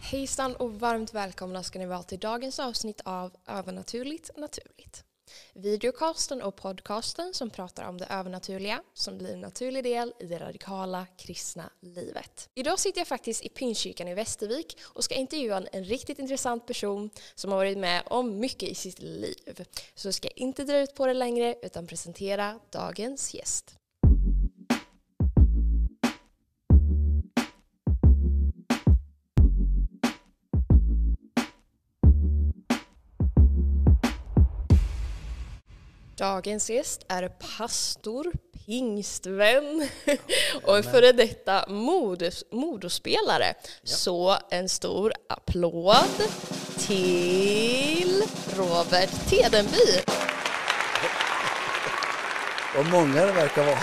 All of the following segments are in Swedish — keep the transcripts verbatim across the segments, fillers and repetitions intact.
Hejsan och varmt välkomna ska ni vara till dagens avsnitt av Övernaturligt naturligt. Videocasten och podcasten som pratar om det övernaturliga som blir en naturlig del i det radikala kristna livet. Idag sitter jag faktiskt i Pingstkyrkan i Västervik och ska intervjua en riktigt intressant person som har varit med om mycket i sitt liv. Så ska jag inte dra ut på det längre utan presentera dagens gäst. Dagens gäst är pastor, pingstvän och en före detta modos, modospelare. Ja. Så en stor applåd till Robert Tedenby. Vad många det verkar vara.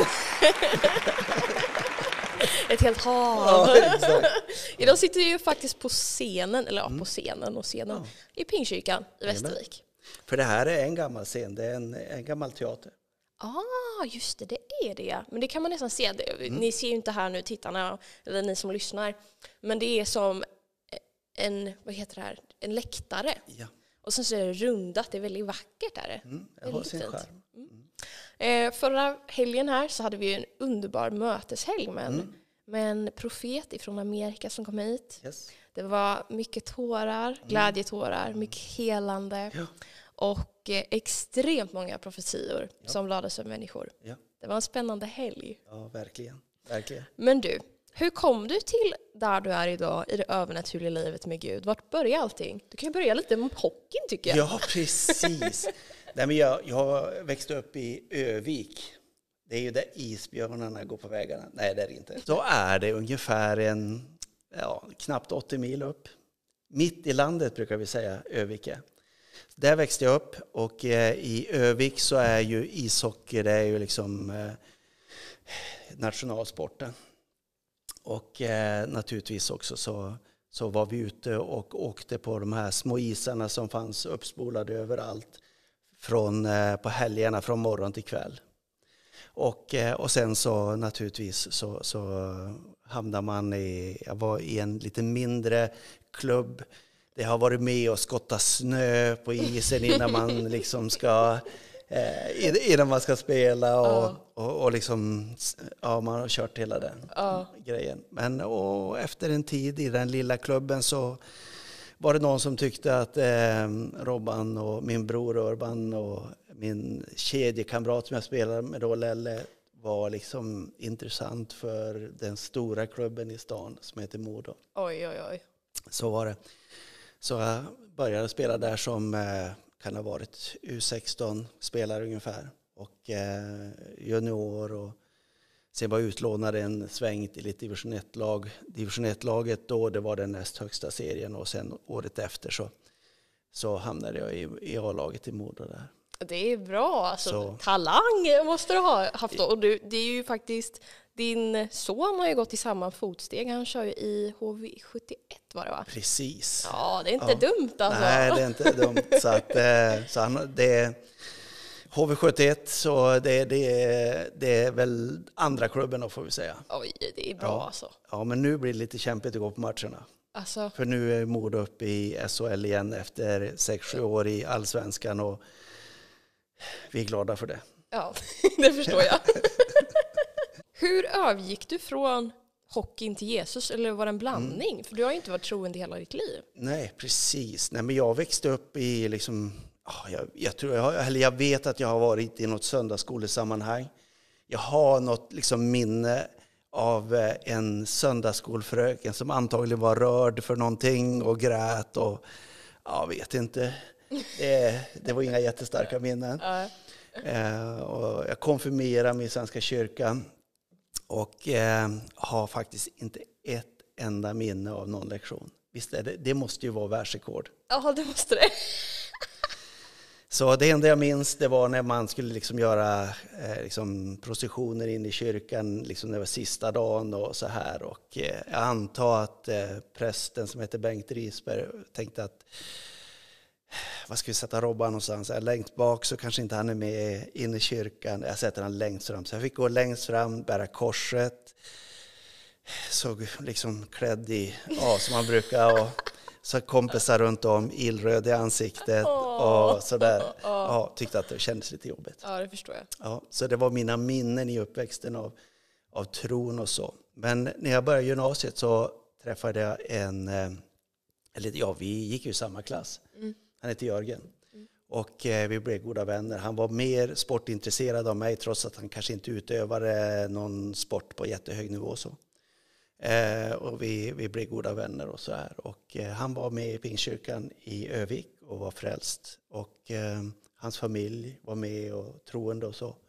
Ett helt hav. Ja, idag sitter vi ju faktiskt på scenen, eller ja, på scenen och scenen ja. i Pingstkyrkan i Västervik. För det här är en gammal scen, det är en, en gammal teater. Ah, just det, det är det. Men det kan man nästan se. Det. Mm. Ni ser ju inte här nu, tittarna, eller ni som lyssnar. Men det är som en, vad heter det här, en läktare. Ja. Och sen så är det rundat, det är väldigt vackert där. Mm, jag har sin skärm. Mm. Mm. Eh, förra helgen här så hade vi en underbar möteshelg med en, mm. med en profet ifrån Amerika som kom hit. Yes. Det var mycket tårar, glädjetårar, mm. mycket helande. Ja. Och eh, extremt många profetior ja. som lades över människor. Ja. Det var en spännande helg. Ja, verkligen. verkligen. Men du, hur kom du till där du är idag i det övernaturliga livet med Gud? Vart började allting? Du kan ju börja lite med hockeyn tycker jag. Ja, precis. Nej, men jag, jag växte upp i Övik. Det är ju där isbjörnarna går på vägarna. Nej, det är det inte. Så är det ungefär en, ja, knappt åttio mil upp. Mitt i landet brukar vi säga Övike. Där växte jag upp och eh, i Övik så är ju ishockey det är ju liksom eh, nationalsporten. Och eh, naturligtvis också så, så var vi ute och åkte på de här små isarna som fanns uppspolade överallt från, eh, på helgerna från morgon till kväll. Och, eh, och sen så naturligtvis så, så hamnar man i, jag var i en lite mindre klubb. Det har varit med och skotta snö på isen innan man liksom ska eh, innan man ska spela och, uh. och, och liksom ja, man har kört hela den uh. grejen. Men och efter en tid i den lilla klubben så var det någon som tyckte att eh, Robban och min bror Urban och min kedjekamrat som jag spelade med då, Lelle, var liksom intressant för den stora klubben i stan som heter Modo. Oj, oj, oj. Så var det. Så jag började spela där som eh, kan ha varit U sexton spelare ungefär. Och eh, junior och sen var utlånad en sväng till ett division ett-lag. Division ett-laget då, det var den näst högsta serien och sen året efter så, så hamnade jag i, i A-laget i Modo där. Det är bra, alltså så. Talang måste du ha haft då. Och du, det är ju faktiskt, din son har ju gått i samma fotsteg, han kör ju i H V sjuttioett var det va? Precis. Ja, det är inte ja. dumt alltså. Nej, det är inte dumt. Så att, så han, det H V sjuttioett så det, det, det är väl andra klubben då får vi säga. Oj, det är bra ja. alltså. Ja, men nu blir det lite kämpigt att gå på matcherna. Alltså. För nu är Modo uppe i S H L igen efter sex sju år i Allsvenskan och vi är glada för det. Ja, det förstår jag. Hur övergick du från hockeyn till Jesus? Eller var det en blandning? Mm. För du har ju inte varit troende hela ditt liv. Nej, precis. Nej, men jag växte upp i liksom, oh, jag, jag, tror jag, eller jag vet att jag har varit i något söndagsskolesammanhang. Jag har något liksom minne av en söndagsskolfröken som antagligen var rörd för någonting och grät och jag vet inte. Det, det var inga jättestarka minnen. Uh. Eh, och jag konfirmerade mig i Svenska kyrkan och eh, har faktiskt inte ett enda minne av någon lektion. Visst är det, det måste ju vara världsrekord. Ja, det måste det. Så det enda jag minns det var när man skulle liksom göra eh, liksom processioner in i kyrkan liksom det var sista dagen och så här. Och eh, jag antar att eh, prästen som heter Bengt Risberg tänkte att vad ska vi sätta Robban någonstans? Längst bak så kanske inte han är med in i kyrkan. Jag sätter han längst fram. Så jag fick gå längst fram, bära korset. Såg liksom klädd i, ja som man brukar. Och Så kompisar runt om, illröd i ansiktet Åh. och sådär. Åh. Ja, tyckte att det kändes lite jobbigt. Ja, det förstår jag. Ja, så det var mina minnen i uppväxten av, av tron och så. Men när jag började gymnasiet så träffade jag en, eh, eller ja, vi gick ju i samma klass. Mm. Han heter Jörgen. Mm. Och eh, vi blev goda vänner. Han var mer sportintresserad av mig trots att han kanske inte utövade någon sport på jättehög nivå. Så. Eh, och vi, vi blev goda vänner och så här. Och eh, han var med i Pingstkyrkan i Övik och var frälst. Och eh, hans familj var med och troende och så.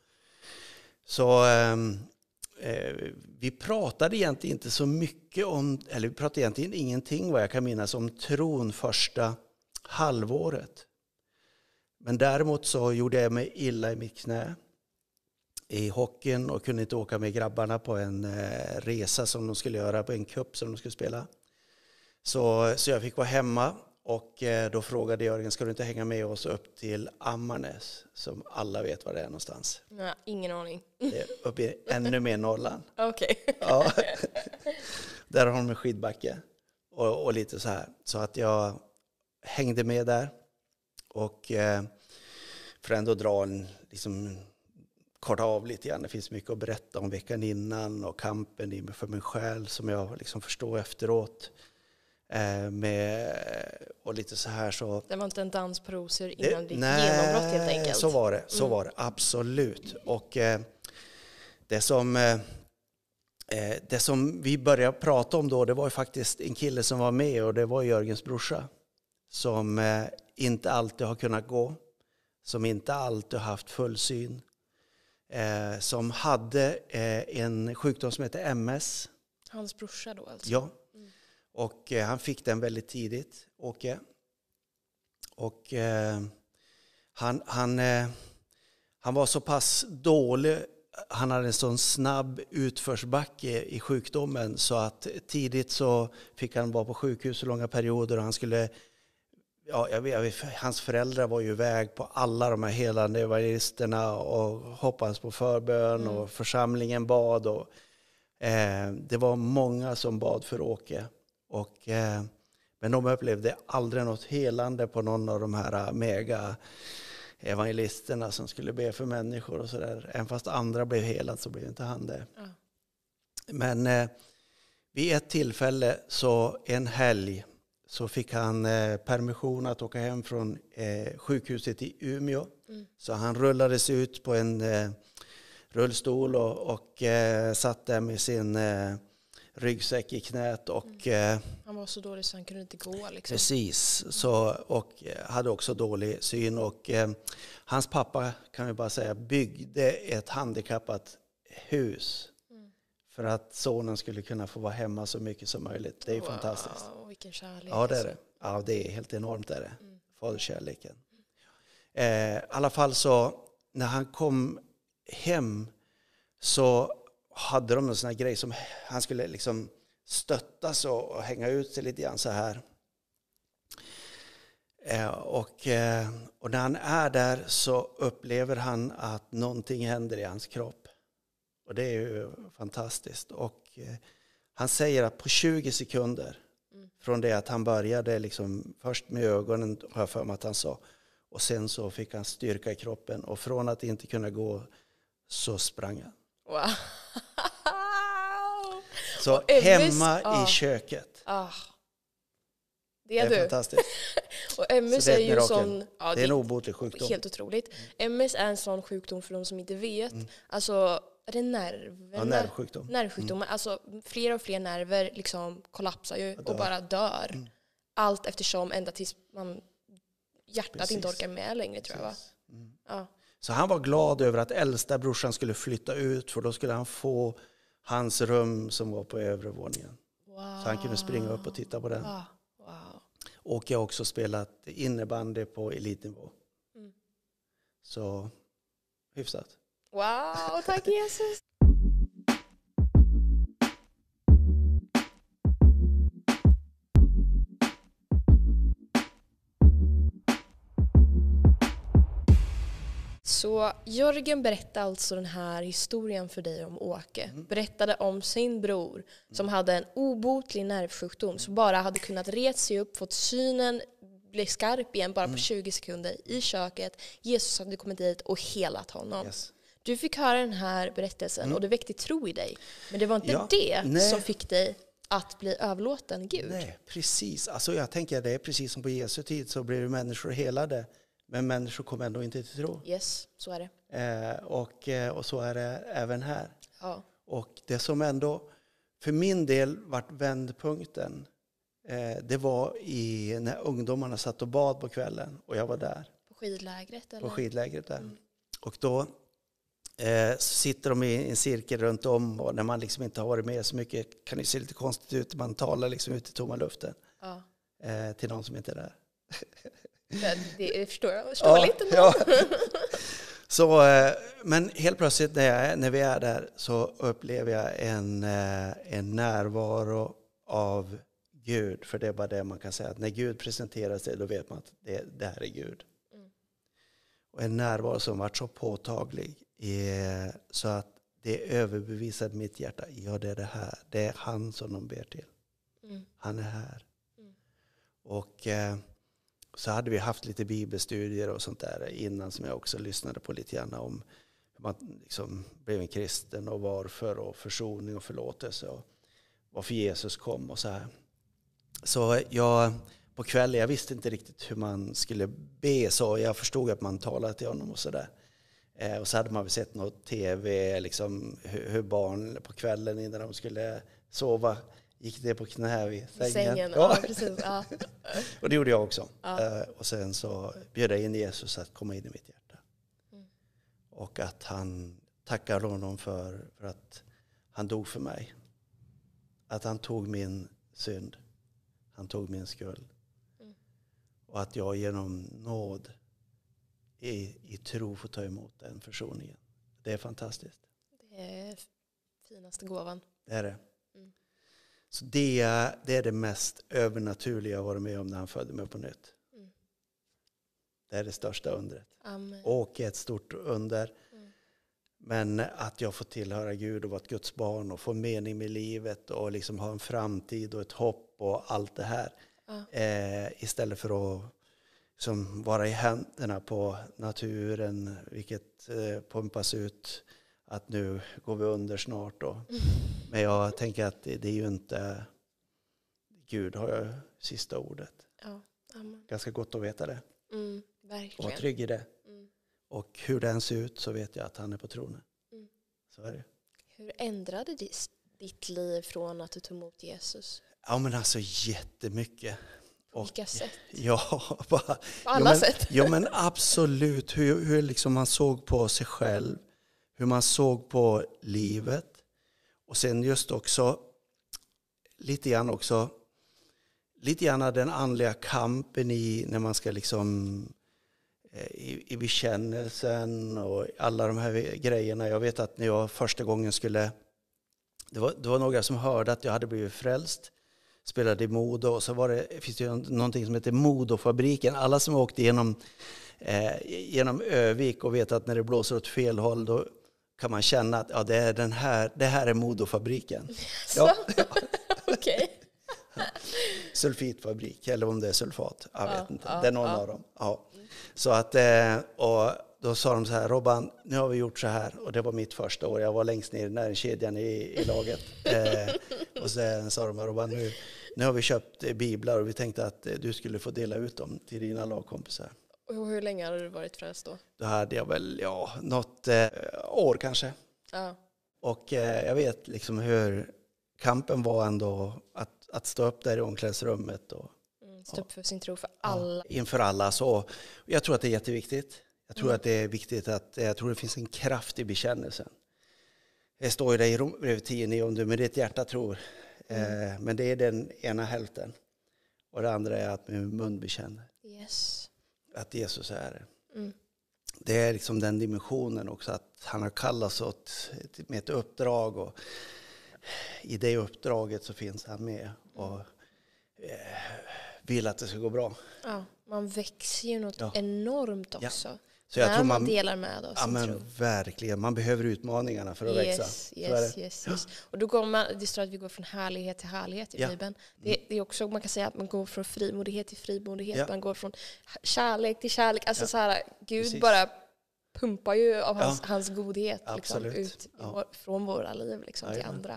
Så eh, eh, vi pratade egentligen inte så mycket om, eller vi pratade egentligen ingenting vad jag kan minnas om tron första halvåret. Men däremot så gjorde jag mig illa i mitt knä i hockeyn och kunde inte åka med grabbarna på en eh, resa som de skulle göra på en cup som de skulle spela. Så, så jag fick vara hemma och eh, då frågade Jörgen, ska du inte hänga med oss upp till Ammarnäs som alla vet var det är någonstans? Nej, ingen aning. Det är uppe i ännu mer Norrland. Okej. Okay. Ja. Där har de en skidbacke och, och lite så här. Så att jag hängde med där och eh, för ändå dra en liksom, korta av lite grann. Det finns mycket att berätta om veckan innan och kampen i för min själ som jag liksom förstår efteråt. Eh, med, och lite så här så... Det var inte en dans på rosor innan det, ditt nej, genombrott helt enkelt. så var det. Så mm. var det, absolut. Och eh, det som... Eh, det som vi började prata om då, det var ju faktiskt en kille som var med och det var Jörgens brorsa. Som eh, inte alltid har kunnat gå. Som inte alltid har haft full syn. Eh, som hade eh, en sjukdom som heter M S. Hans brorsa då alltså? Ja. Mm. Och eh, han fick den väldigt tidigt, Åke. Och eh, han, han, eh, han var så pass dålig. Han hade en sån snabb utförsbacke i sjukdomen så att tidigt så fick han vara på sjukhus så långa perioder och han skulle... Ja, jag vet, jag vet, hans föräldrar var ju iväg på alla de här helande evangelisterna och hoppades på förbön mm. och församlingen bad. Och, eh, det var många som bad för Åke. Och, eh, men de upplevde aldrig något helande på någon av de här mega evangelisterna som skulle be för människor och sådär. Även fast andra blev helade så blev inte han det. Ja. Men eh, vid ett tillfälle så en helg så fick han eh, permission att åka hem från eh, sjukhuset i Umeå. Mm. Så han rullades ut på en eh, rullstol och, och eh, satt där med sin eh, ryggsäck i knät. Och, mm. eh, han var så dålig så han kunde inte gå. Liksom. Precis, så, och hade också dålig syn. Och, eh, hans pappa, kan vi bara säga, byggde ett handikappat hus. För att sonen skulle kunna få vara hemma så mycket som möjligt. Det är wow, fantastiskt. Vilken kärlek. Ja, det är det. Ja, det är helt enormt. Är det. Mm. Faderskärleken. Eh, I alla fall så, när han kom hem så hade de en sån här grej som han skulle liksom stöttas och, och hänga ut sig lite grann så här. Eh, och, eh, och när han är där så upplever han att någonting händer i hans kropp. Och det är ju fantastiskt. Och eh, han säger att på tjugo sekunder mm. från det att han började liksom, först med ögonen, har jag för mig att han sa, och sen så fick han styrka i kroppen. Och från att inte kunna gå så sprang han. Wow. Så hemma oh. i köket. Oh. Det är, är det är du. Fantastiskt. Och M S är, är ju sån... Ja, det är en obotlig sjukdom. Helt otroligt. Mm. M S är en sån sjukdom för de som inte vet. Mm. Alltså... Är det nerver? Ja, nervsjukdom. Nervsjukdom. Mm. Alltså, fler och fler nerver liksom kollapsar ju och bara dör. Mm. Allt eftersom ända tills man, hjärtat Precis. inte orkar med längre, tror jag. Va? Mm. Ja. Så han var glad över att äldsta brorsan skulle flytta ut, för då skulle han få hans rum som var på övre våningen. Wow. Så han kunde springa upp och titta på den. Wow. Wow. Och jag har också spelat innebandy på elitnivå. Mm. Så hyfsat. Wow, tack Jesus. Så Jörgen berättade alltså den här historien för dig om Åke. Mm. Berättade om sin bror som hade en obotlig nervsjukdom. Som bara hade kunnat resa sig upp, fått synen, bli skarp igen bara på mm. tjugo sekunder i köket. Jesus hade kommit dit och helat honom. Yes. Du fick höra den här berättelsen mm. och det väckte tro i dig. Men det var inte ja, det nej. som fick dig att bli överlåten Gud. Nej, precis. Alltså jag tänker att det är precis som på Jesu tid så blir människor helade. Men människor kommer ändå inte till tro. Yes, så är det. Eh, och, och så är det även här. Ja. Och det som ändå för min del vart vändpunkten, eh, det var i när ungdomarna satt och bad på kvällen och jag var där. På skidlägret? Eller? På skidlägret där. Mm. Och då eh, sitter de i en cirkel runt om och när man liksom inte har varit med så mycket kan det se lite konstigt ut. Man talar liksom ut i tomma luften ja. eh, till någon som inte är där. Det, det förstår jag. Förstår ja, lite ja. Så, men helt plötsligt när, jag, när vi är där så upplever jag en, en närvaro av Gud. För det är bara det man kan säga. Att när Gud presenterar sig då vet man att det, det här är Gud. Mm. Och en närvaro som varit så påtaglig är, så att det överbevisade mitt hjärta. Ja, det är det här. Det är han som de ber till. Mm. Han är här. Mm. Och... Så hade vi haft lite bibelstudier och sånt där innan som jag också lyssnade på lite grann om hur man liksom blev en kristen och varför och försoning och förlåtelse och varför Jesus kom och så här. Så jag på kvällen, jag visste inte riktigt hur man skulle be så jag förstod att man talade till honom och så där. Eh, och så hade man väl sett något tv liksom hur, hur barn på kvällen innan de skulle sova gick det på knä vid sängen. sängen ja. Ja, precis, ja. Och det gjorde jag också. Ja. Uh, och sen så bjöd jag in Jesus att komma in i mitt hjärta. Mm. Och att han tackar honom för, för att han dog för mig. Att han tog min synd. Han tog min skuld. Mm. Och att jag genom nåd i, i tro får ta emot den försoningen. Det är fantastiskt. Det är finaste gåvan. Det är det. Mm. Så det, det är det mest övernaturliga jag varit med om när han födde mig på nytt. Mm. Det är det största undret. Amen. Och ett stort under. Mm. Men att jag får tillhöra Gud och vara ett Guds barn och få mening med livet och liksom ha en framtid och ett hopp och allt det här. Ja. Eh, istället för att liksom, vara i händerna på naturen, vilket eh, pumpas ut. Att nu går vi under snart då. Mm. Men jag tänker att det, det är ju inte... Gud har ju sista ordet. Ja, amen. Ganska gott att veta det. Mm, verkligen. Och vara trygg i det. Mm. Och hur den ser ut så vet jag att han är på tronen. Mm. Så är det. Hur ändrade ditt, ditt liv från att du tog emot Jesus? Ja men alltså jättemycket. På vilka och, sätt? Ja, bara, på alla ja, men, sätt. Ja men absolut. Hur, hur liksom man såg på sig själv. Hur man såg på livet. Och sen just också lite grann också lite grann den andliga kampen i när man ska liksom i, i bekännelsen och alla de här grejerna. Jag vet att när jag första gången skulle det var, det var några som hörde att jag hade blivit frälst. Spelade i Modo och så var det, finns det någonting som heter Modofabriken. Alla som åkte genom, eh, genom Övik och vet att när det blåser åt fel håll då kan man känna att ja, det, är den här, det här är Modofabriken. Ja. Okej. Sulfitfabrik, eller om det är sulfat. Jag vet ja, inte. Ja, det är någon ja. av dem. Ja. Så att, eh, och då sa de så här, Robban, nu har vi gjort så här. Och det var mitt första år. Jag var längst ner i näringskedjan i, i laget. Eh, och sen sa de, Robban, nu, nu har vi köpt biblar och vi tänkte att du skulle få dela ut dem till dina lagkompisar. Och hur länge hade du varit frälst då? Då hade jag väl, ja, något eh, år kanske. Ja. Och eh, jag vet liksom hur kampen var ändå att, att stå upp där i omklädningsrummet. Och, mm, stå upp för sin tro för alla. Ja, inför alla. Så jag tror att det är jätteviktigt. Jag tror mm. att det är viktigt att, jag tror det finns en kraft i bekännelsen. Det står ju där i Romarbrevet tio nio om du med ditt hjärta tror. Mm. Eh, men det är den ena hälften. Och det andra är att med mun bekänner. Yes. Att Jesus är det. Mm. Det är liksom den dimensionen också. Att han har kallats åt med ett uppdrag. Och i det uppdraget så finns han med. Och eh, vill att det ska gå bra. Ja, man växer ju något ja. enormt också. Ja. Så jag när tror man, man delar med oss ja, men tro. Verkligen, man behöver utmaningarna för att yes, växa. Yes, yes, yes. Och då går man, det står att vi går från härlighet till härlighet i ja. Bibeln. Det, det är också, man kan säga att man går från frimodighet till frimodighet. Ja. Man går från kärlek till kärlek. Alltså ja. så här, Gud Precis. bara pumpar ju av hans, ja. hans godhet liksom, ut ja. vår, från våra liv liksom, ja, till ja. andra.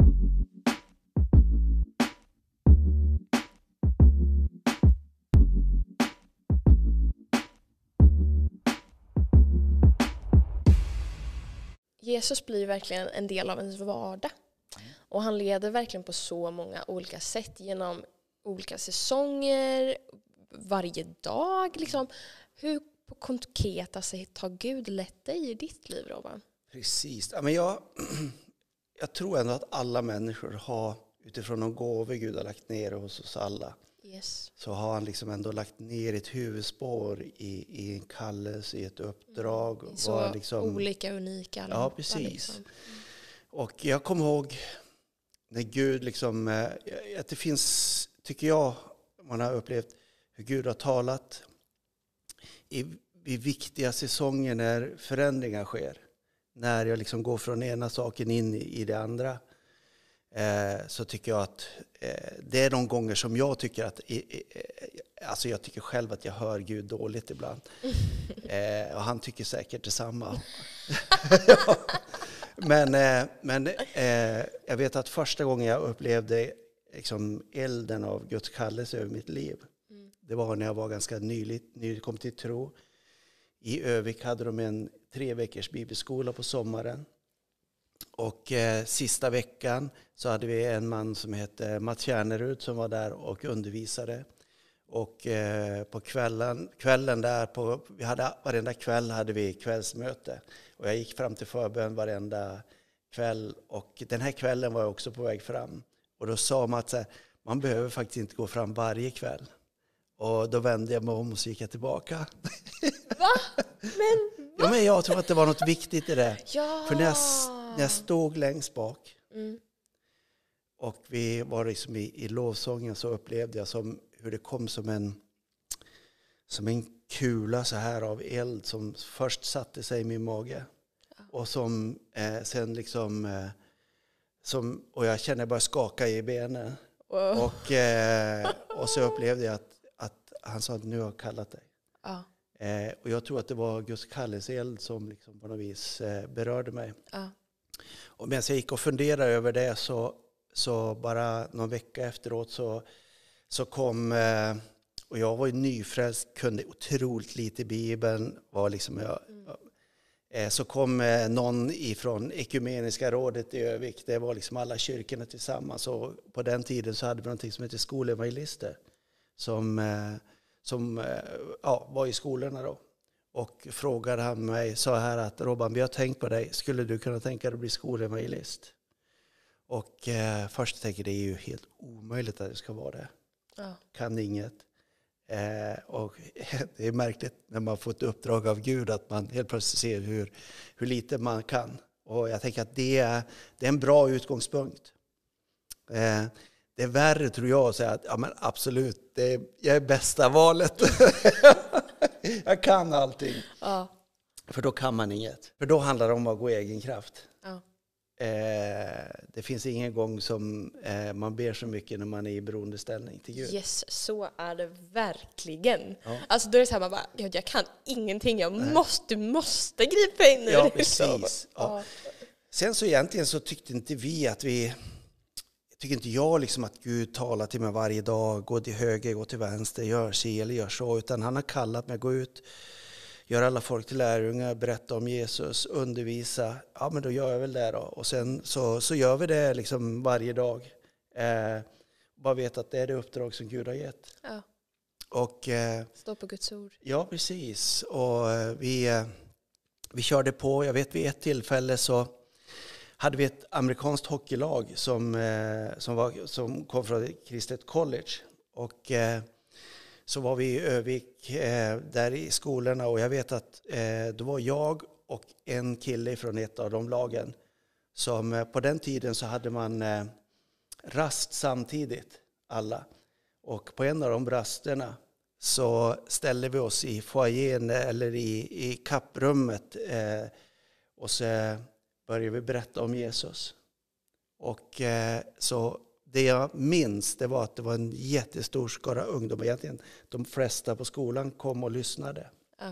Jesus blir verkligen en del av ens vardag. Mm. Och han leder verkligen på så många olika sätt genom olika säsonger, varje dag. Liksom. Hur på konkreta sätt har Gud lett dig i ditt liv, Robban? Precis. Ja, men jag, jag tror ändå att alla människor har, utifrån de gåvor Gud har lagt ner hos oss alla, yes. så har han liksom ändå lagt ner ett huvudspår i, i en kallelse, i ett uppdrag. Mm. Så var liksom, olika, unika. Ja, precis. Liksom. Mm. Och jag kommer ihåg när Gud liksom, att det finns, tycker jag, man har upplevt hur Gud har talat i, i viktiga säsonger när förändringar sker. När jag liksom går från ena saken in i, i det andra. Eh, så tycker jag att eh, det är de gånger som jag tycker att eh, eh, alltså jag tycker själv att jag hör Gud dåligt ibland. Eh, och han tycker säkert detsamma. ja. Men, eh, men eh, jag vet att första gången jag upplevde liksom elden av Guds kallelse över mitt liv. Mm. Det var när jag var ganska nyligt, nyligt kom till tro. I Övik hade de en tre veckors bibelskola på sommaren. Och eh, sista veckan så hade vi en man som hette Mats Järnerud som var där och undervisade. Och eh, på kvällen, kvällen där, på, vi hade, varenda kväll hade vi kvällsmöte. Och jag gick fram till förbön varenda kväll. Och den här kvällen var jag också på väg fram. Och då sa Mats att man behöver faktiskt inte gå fram varje kväll. Och då vände jag mig om och så gick jag tillbaka. Va? Men, va? Ja, men jag tror att det var något viktigt i det. Ja. För när jag, när jag stod längst bak mm. och vi var liksom i, i lovsången så upplevde jag som hur det kom som en, som en kula så här av eld som först satte sig i min mage. Ja. Och som eh, sen liksom, eh, som, och jag kände bara skaka i benen. Wow. Och, eh, och så upplevde jag att, att han sa att nu har jag kallat dig. Ja. Eh, och jag tror att det var Guds kallelseeld som liksom på något vis eh, berörde mig. Ja. Och medan jag gick och funderade över det så, så bara någon vecka efteråt så, så kom, eh, och jag var ju nyfrälst, kunde otroligt lite i Bibeln, var liksom jag, mm. eh, så kom eh, någon ifrån Ekumeniska rådet i Övik, det var liksom alla kyrkorna tillsammans, och på den tiden så hade vi någonting som heter skolevangelister som eh, som ja, var i skolorna då. Och frågade han mig, sa här att Robban, vi har tänkt på dig, skulle du kunna tänka dig att bli skolevangelist? Och eh, först tänkte jag, det är ju helt omöjligt att det ska vara det. Ja. Kan inget. Eh, och det är märkligt när man får ett uppdrag av Gud att man helt plötsligt ser hur, hur lite man kan. Och jag tänker att det är, det är en bra utgångspunkt. Eh, Det är värre tror jag att säga att ja, men absolut, det är, jag är bästa valet. Jag kan allting. Ja. För då kan man inget. För då handlar det om att gå i egen kraft. Ja. Eh, det finns ingen gång som eh, man ber så mycket när man är i beroendeställning till Gud. Yes, så är det verkligen. Ja. Alltså då är det så här, man bara, jag kan ingenting, jag måste, måste gripa in i ja, det. Precis. Ja. Sen så egentligen så tyckte inte vi att vi... Tycker inte jag liksom att Gud talar till mig varje dag, gå till höger, gå till vänster, gör si eller gör så, utan han har kallat mig att gå ut, göra alla folk till lärjungar, berätta om Jesus, undervisa. Ja, men då gör jag väl det då. Och sen så, så gör vi det liksom varje dag. Eh, bara vet att det är det uppdrag som Gud har gett. Ja. Och, eh, stå på Guds ord. Ja, precis. Och eh, vi, eh, vi körde på, jag vet vid ett tillfälle så hade vi ett amerikanskt hockeylag som, eh, som, var, som kom från Kristet College. Och eh, så var vi i Övik eh, där i skolorna, och jag vet att eh, då var jag och en kille från ett av de lagen som eh, på den tiden så hade man eh, rast samtidigt alla. Och på en av de rasterna så ställde vi oss i foajén eller i, i kapprummet eh, och så började vi berätta om Jesus. Och eh, så det jag minns, det var att det var en jättestor skara ungdomar. Egentligen de flesta på skolan kom och lyssnade. Ja.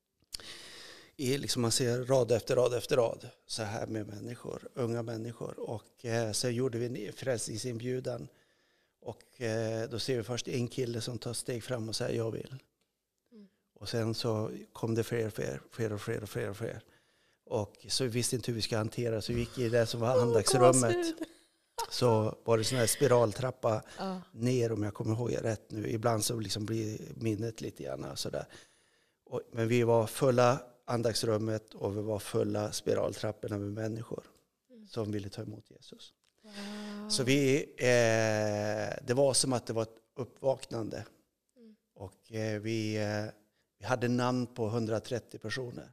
I, liksom man ser rad efter rad efter rad så här med människor, unga människor. Och eh, så gjorde vi en frälsningsinbjudan. Och eh, då ser vi först en kille som tar steg fram och säger jag vill. Mm. Och sen så kom det fler och fler, fler och fler och fler och fler. Och så vi visste inte hur vi ska hantera, så vi gick i det som var andaktsrummet. Oh, så var det sån här spiraltrappa uh. ner, om jag kommer ihåg rätt nu. Ibland så liksom blir minnet lite grann sådär. Och, men vi var fulla andaktsrummet och vi var fulla spiraltrapporna med människor mm. som ville ta emot Jesus. Wow. Så vi, eh, det var som att det var ett uppvaknande. Mm. Och eh, vi, eh, vi hade namn på hundratrettio personer.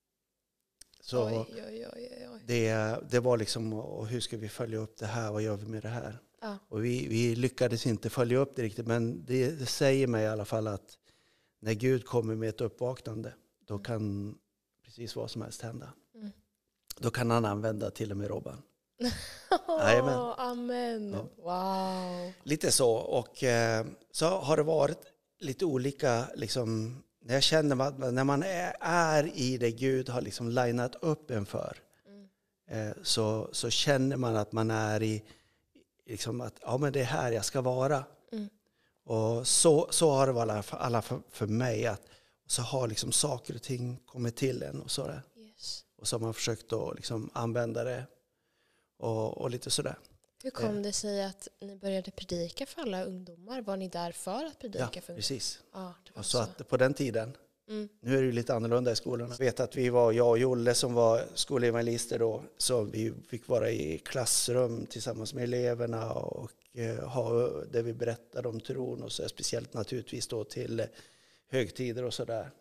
Så oj, oj, oj, oj. Det, det var liksom, och hur ska vi följa upp det här? Vad gör vi med det här? Ja. Och vi, vi lyckades inte följa upp det riktigt, men det, det säger mig i alla fall att när Gud kommer med ett uppvaknande, då mm. kan precis vad som helst hända. Mm. Då kan han använda till och med Robban. oh, amen. Ja. Wow. Lite så, och eh, så har det varit lite olika liksom. När jag känner att när man är, är i det Gud har liksom linat upp en för mm. eh, så, så känner man att man är i liksom att ja, men det är här jag ska vara. Mm. Och så, så har det varit alla, alla för, för mig. Att, så har liksom saker och ting kommit till en och sådär. Yes. Och så har man försökt att liksom använda det och, och lite sådär. Hur kom det sig att ni började predika för alla ungdomar? Var ni där för att predika ja, för ungdomar? Precis. Ja, det var och så, så att på den tiden, mm. nu är det ju lite annorlunda i skolorna. Jag vet att vi var, jag och Jolle som var skolevangelister då, så vi fick vara i klassrum tillsammans med eleverna och eh, ha det vi berättade om tron och så, speciellt naturligtvis då till eh, högtider och sådär.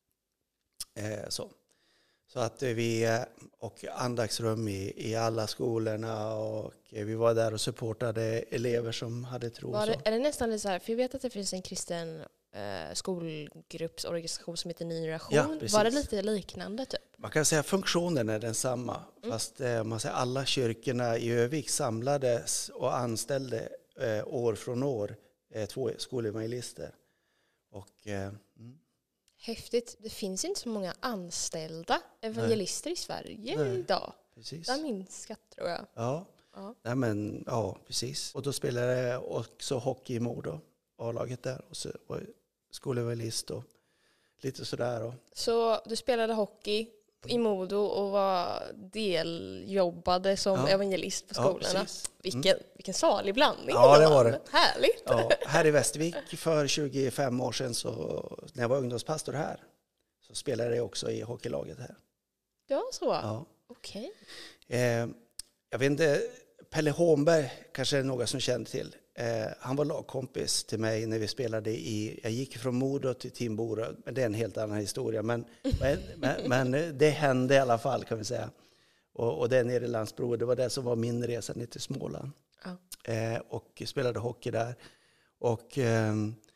Eh, så. Så att vi, och andaktsrum i, i alla skolorna, och vi var där och supportade elever som hade tro. Var det, är det nästan lite så här, för jag vet att det finns en kristen eh, skolgruppsorganisation som heter Ny Generation. Ja, var det lite liknande typ? Man kan säga att funktionen är densamma, mm. fast eh, man säger alla kyrkorna i Övik samlades och anställde eh, år från år eh, två skolevangelister. Och eh, mm. häftigt. Det finns inte så många anställda evangelister Nej. i Sverige Nej. idag. Precis. Det har minskat, tror jag. Ja. Ja. Nej, men, ja, precis. Och då spelade jag också hockey i Modo, A-laget där. Och så var jag skolevangelist och lite sådär. Och. Så du spelade hockey i Modo och var deljobbade som ja. evangelist på skolorna. Ja, vilken, mm. vilken salig blandning. Ja, det var det. Härligt. Ja, här i Västervik för tjugofem år sedan, så, när jag var ungdomspastor här, så spelade jag också i hockeylaget här. Ja, så? Ja. Okej. Okay. Eh, jag vet inte, Pelle Holmberg kanske är några som känner till. Eh, han var lagkompis till mig när vi spelade i, jag gick från Modo till Timbora, men det är en helt annan historia. Men, men, men, men det hände i alla fall, kan vi säga. Och, och det är nere i Landsbro, det var det som var min resa ner till Småland. Ja. Eh, och spelade hockey där. Och eh,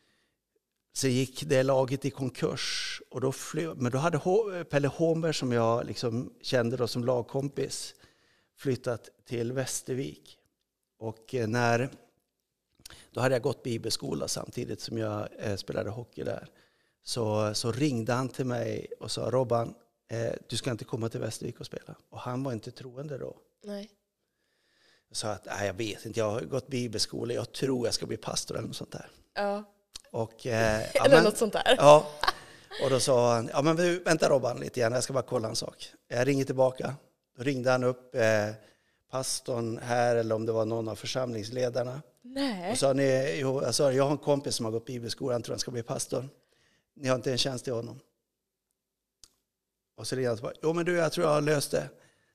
så gick det laget i konkurs. Och då fly, men då hade H- Pelle Holmberg, som jag liksom kände då som lagkompis, flyttat till Västervik. Och eh, när... Då hade jag gått bibelskola samtidigt som jag eh, spelade hockey där. Så, så ringde han till mig och sa, Robban, eh, du ska inte komma till Västervik och spela. Och han var inte troende då. Nej. Jag sa att, nej, jag vet inte, jag har gått bibelskola, jag tror jag ska bli pastor eller något sånt där. Ja. Och, eh, ja, eller men, något sånt där. Ja. Och då sa han, ja men vänta Robban lite grann, jag ska bara kolla en sak. Jag ringer tillbaka. Då ringde han upp eh, pastorn här, eller om det var någon av församlingsledarna. Nej. Och sa ni, jo, jag sa, jag har en kompis som har gått bibelskolan, han tror han ska bli pastor. Ni har inte en tjänst till honom. Och så ringde han och bara, jo men du, jag tror jag har löst det.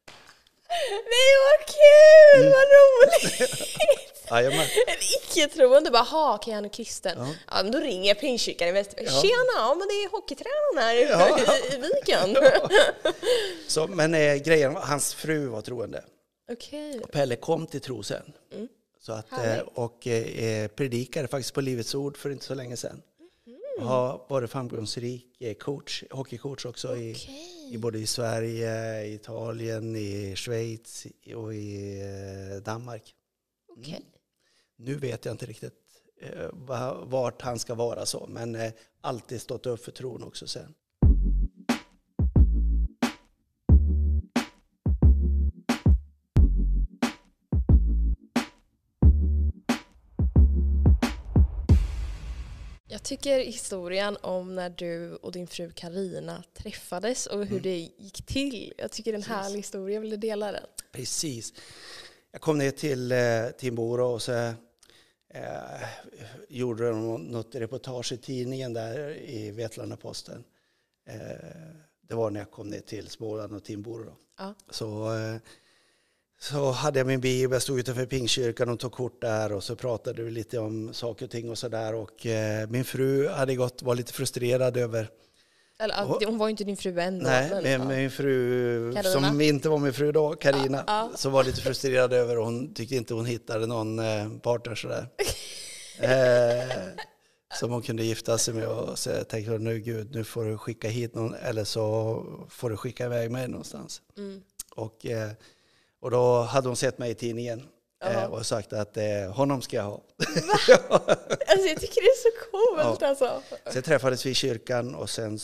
Nej, vad kul, mm. vad roligt. Jajamän. En icke-troende bara, ha, kan jag är kristen? Ja. Ja, men då ringer jag Pingstkyrkan i Västervik. Ja. Tjena, ja, men det är hockeytränaren här ja. i, i Viken. Ja. Så, men eh, grejen, hans fru var troende. Okej. Och Pelle kom till tro sen. Mm. Så att, eh, och eh, predikade faktiskt på Livets ord för inte så länge sedan. Har varit framgångsrik eh, coach, hockeycoach också okay. i, i både i Sverige, i Italien, i Schweiz och i eh, Danmark. Okay. Mm. Nu vet jag inte riktigt eh, vart han ska vara så, men eh, alltid stått upp för tron också sen. Jag tycker historien om när du och din fru Karina träffades och hur mm. det gick till. Jag tycker det är en Precis. härlig historia. Jag ville dela den. Precis. Jag kom ner till eh, Timbora och så eh, gjorde de något reportage i tidningen där i Vetlanda-Posten. Eh, det var när jag kom ner till Småland och Timbora. Ja. Så... Eh, Så hade jag min bibel, jag stod utanför Pingstkyrkan och tog kort där och så pratade vi lite om saker och ting och sådär. Och eh, min fru hade gått, var lite frustrerad över... Eller, och, hon var ju inte din fru än. Nej, men, men min fru, Carina. Som inte var min fru då, Karina, ja, ja. Så var lite frustrerad över och hon tyckte inte hon hittade någon eh, partner sådär. eh, som hon kunde gifta sig med och så jag tänkte nu Gud, nu får du skicka hit någon eller så får du skicka iväg mig någonstans. Mm. Och... Eh, Och då hade hon sett mig i tidningen eh, och sagt att eh, honom ska jag ha. Alltså jag tycker det är så coolt. Ja. Alltså. Sen träffades vi i kyrkan och sen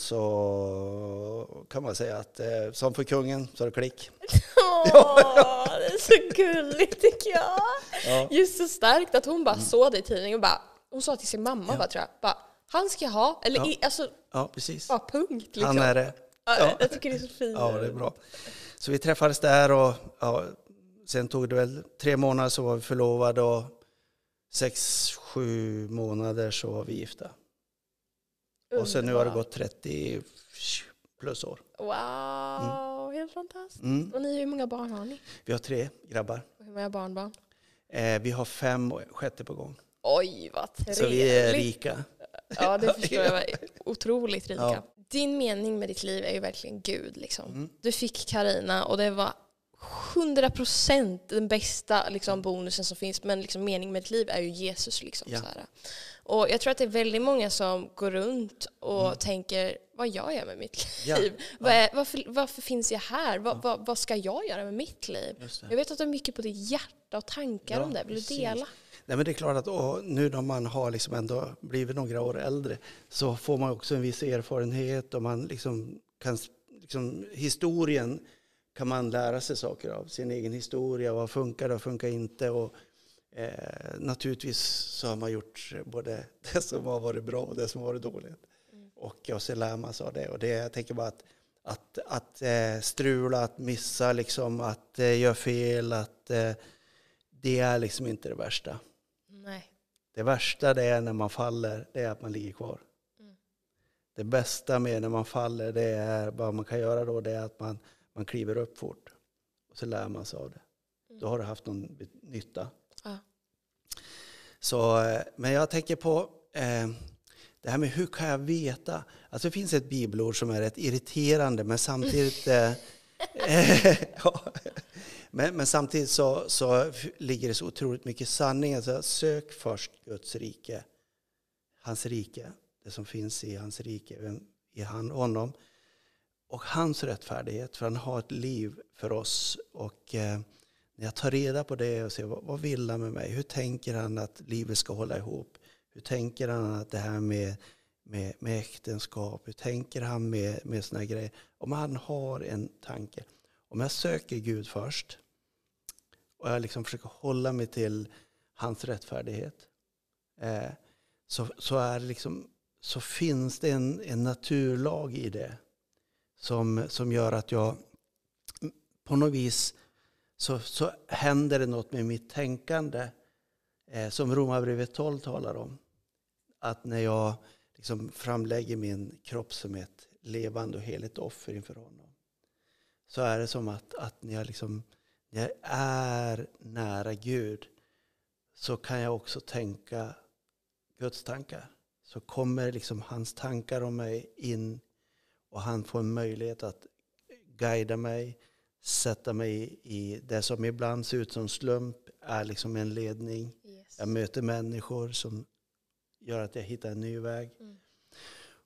så kan man säga att eh, som för kungen så är det klick. Åh, det är så gulligt tycker jag. Ja. Just så starkt att hon bara mm. såg det i tidningen och bara, hon sa till sin mamma ja. bara, tror jag, bara, han ska jag ha. Eller ja. i, alltså, ja, precis. Bara punkt. Liksom. Han är det. Ja. Jag tycker det är så fint. Ja, det är bra. Så vi träffades där och ja, sen tog det väl tre månader så var vi förlovade och sex, sju månader så var vi gifta. Underbar. Och sen nu har det gått trettio plus år. Wow, mm. helt fantastiskt. Mm. Och ni, hur många barn har ni? Vi har tre grabbar. Och hur många barnbarn? Eh, vi har fem och sjätte på gång. Oj, vad trevligt. Så vi är rika. Ja, det förstår jag. Otroligt rika. Ja. Din mening med ditt liv är ju verkligen Gud. Liksom. Mm. Du fick Karina och det var hundra procent den bästa liksom, bonusen som finns. Men liksom, meningen med ditt liv är ju Jesus. Liksom, ja. så här. Och jag tror att det är väldigt många som går runt och mm. tänker, vad gör jag med mitt liv? Ja. Var är, varför, varför finns jag här? Var, ja. vad, vad ska jag göra med mitt liv? Jag vet att du har mycket på ditt hjärta och tankar ja, om det. Vill du dela? Nej, men det är klart att och nu när man har liksom ändå blivit några år äldre så får man också en viss erfarenhet och man liksom kan liksom, historien kan man lära sig saker av, sin egen historia, vad funkar och funkar inte och eh, naturligtvis så har man gjort både det som har varit bra och det som har varit dåligt mm. och, och så lär man sig av det och det, jag tänker bara att att, att eh, strula, att missa liksom, att eh, göra fel, att eh, det är liksom inte det värsta. Nej. Det värsta det är när man faller, det är att man ligger kvar. Mm. Det bästa med när man faller, det är vad man kan göra då, det är att man, man kliver upp fort. Och så lär man sig av det. Mm. Då har du haft någon nytta. Ja. Så, men jag tänker på eh, det här med hur kan jag veta? Alltså det finns ett bibelord som är rätt irriterande men samtidigt... eh, ja. Men, men samtidigt så, så ligger det så otroligt mycket sanning. Alltså, sök först Guds rike. Hans rike. Det som finns i hans rike. I han, honom. Och hans rättfärdighet. För han har ett liv för oss. Och eh, när jag tar reda på det och ser vad, vad vill han med mig? Hur tänker han att livet ska hålla ihop? Hur tänker han att det här med, med, med äktenskap? Hur tänker han med, med såna här grejer? Om han har en tanke. Om jag söker Gud först och jag liksom försöker hålla mig till hans rättfärdighet eh, så, så, är liksom, så finns det en, en naturlag i det som, som gör att jag på något vis så, så händer det något med mitt tänkande eh, som Romarbrevet tolv talar om. Att när jag liksom framlägger min kropp som ett levande och heligt offer inför honom så är det som att, att när, jag liksom, när jag är nära Gud så kan jag också tänka Guds tankar. Så kommer liksom hans tankar om mig in och han får en möjlighet att guida mig, sätta mig i det som ibland ser ut som slump är liksom en ledning. Yes. Jag möter människor som gör att jag hittar en ny väg. Mm.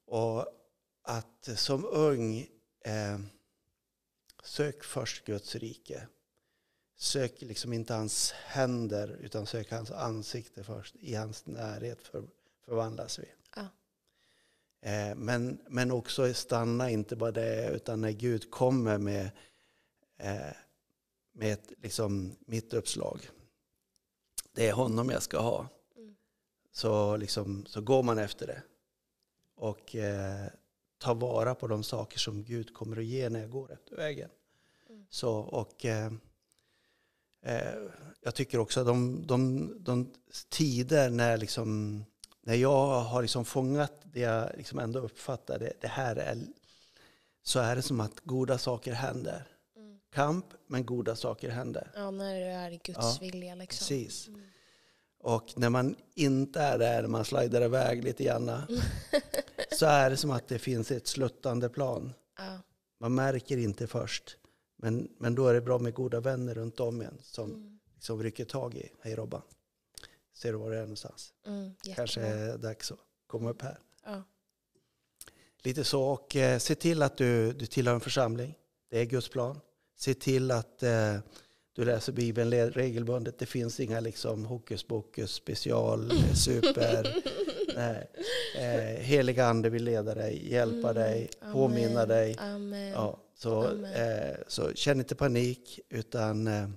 Och att som ung eh, sök först Guds rike. Sök liksom inte hans händer utan sök hans ansikte först. I hans närhet för, förvandlas vi. Ja. Eh, men, men också stanna inte bara det utan när Gud kommer med, eh, med ett, liksom, mitt uppslag. Det är honom jag ska ha. Mm. Så, liksom, så går man efter det. Och eh, tar vara på de saker som Gud kommer att ge när jag går efter vägen. Mm. Så, och eh, eh, jag tycker också att de, de, de tider när, liksom, när jag har liksom fångat det jag liksom ändå uppfattar, det, det här är, så är det som att goda saker händer. Mm. Kamp, men goda saker händer. Ja, när det är Guds ja, vilja. Liksom. Precis. Mm. Och när man inte är där, man slidar iväg lite grann, så är det som att det finns ett sluttande plan. Ja. Man märker inte först. Men, men då är det bra med goda vänner runt om en som, mm. som rycker tag i. Hej Robban, ser du var det är någonstans? Mm, kanske är det dags att komma upp här. Ja. Lite så, och eh, se till att du, du tillhör en församling. Det är Guds plan. Se till att eh, du läser Bibeln regelbundet. Det finns inga liksom hokus pokus, special, super. Nej. Eh, heliga ande vill leda dig, hjälpa mm. dig, Amen. Påminna dig. Amen. Ja, så, Amen. Eh, så känn inte panik, utan eh,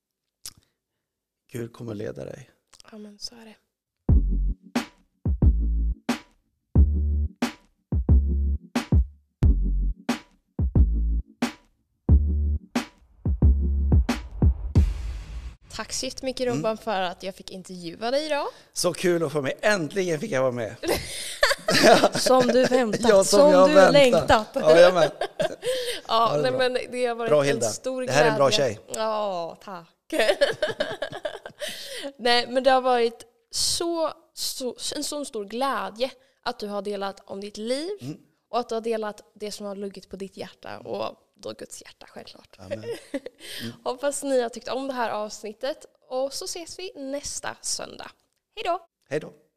Gud kommer leda dig. Amen, så är det. Tack så mycket Robban mm. för att jag fick intervjua dig idag. Så kul att få med. Äntligen fick jag vara med. Som du väntat. Ja, som, som jag du väntat. längtat. Ja, jag med. Ja, nej, men det har varit bra, en Hilda. Stor glädje. Det här är en bra tjej. Ja, tack. Nej, men det har varit så, så, en sån stor glädje att du har delat om ditt liv mm. och att du har delat det som har luggit på ditt hjärta och då Guds hjärta självklart. Amen. Mm. Hoppas ni har tyckt om det här avsnittet och så ses vi nästa söndag. Hej då! Hej då!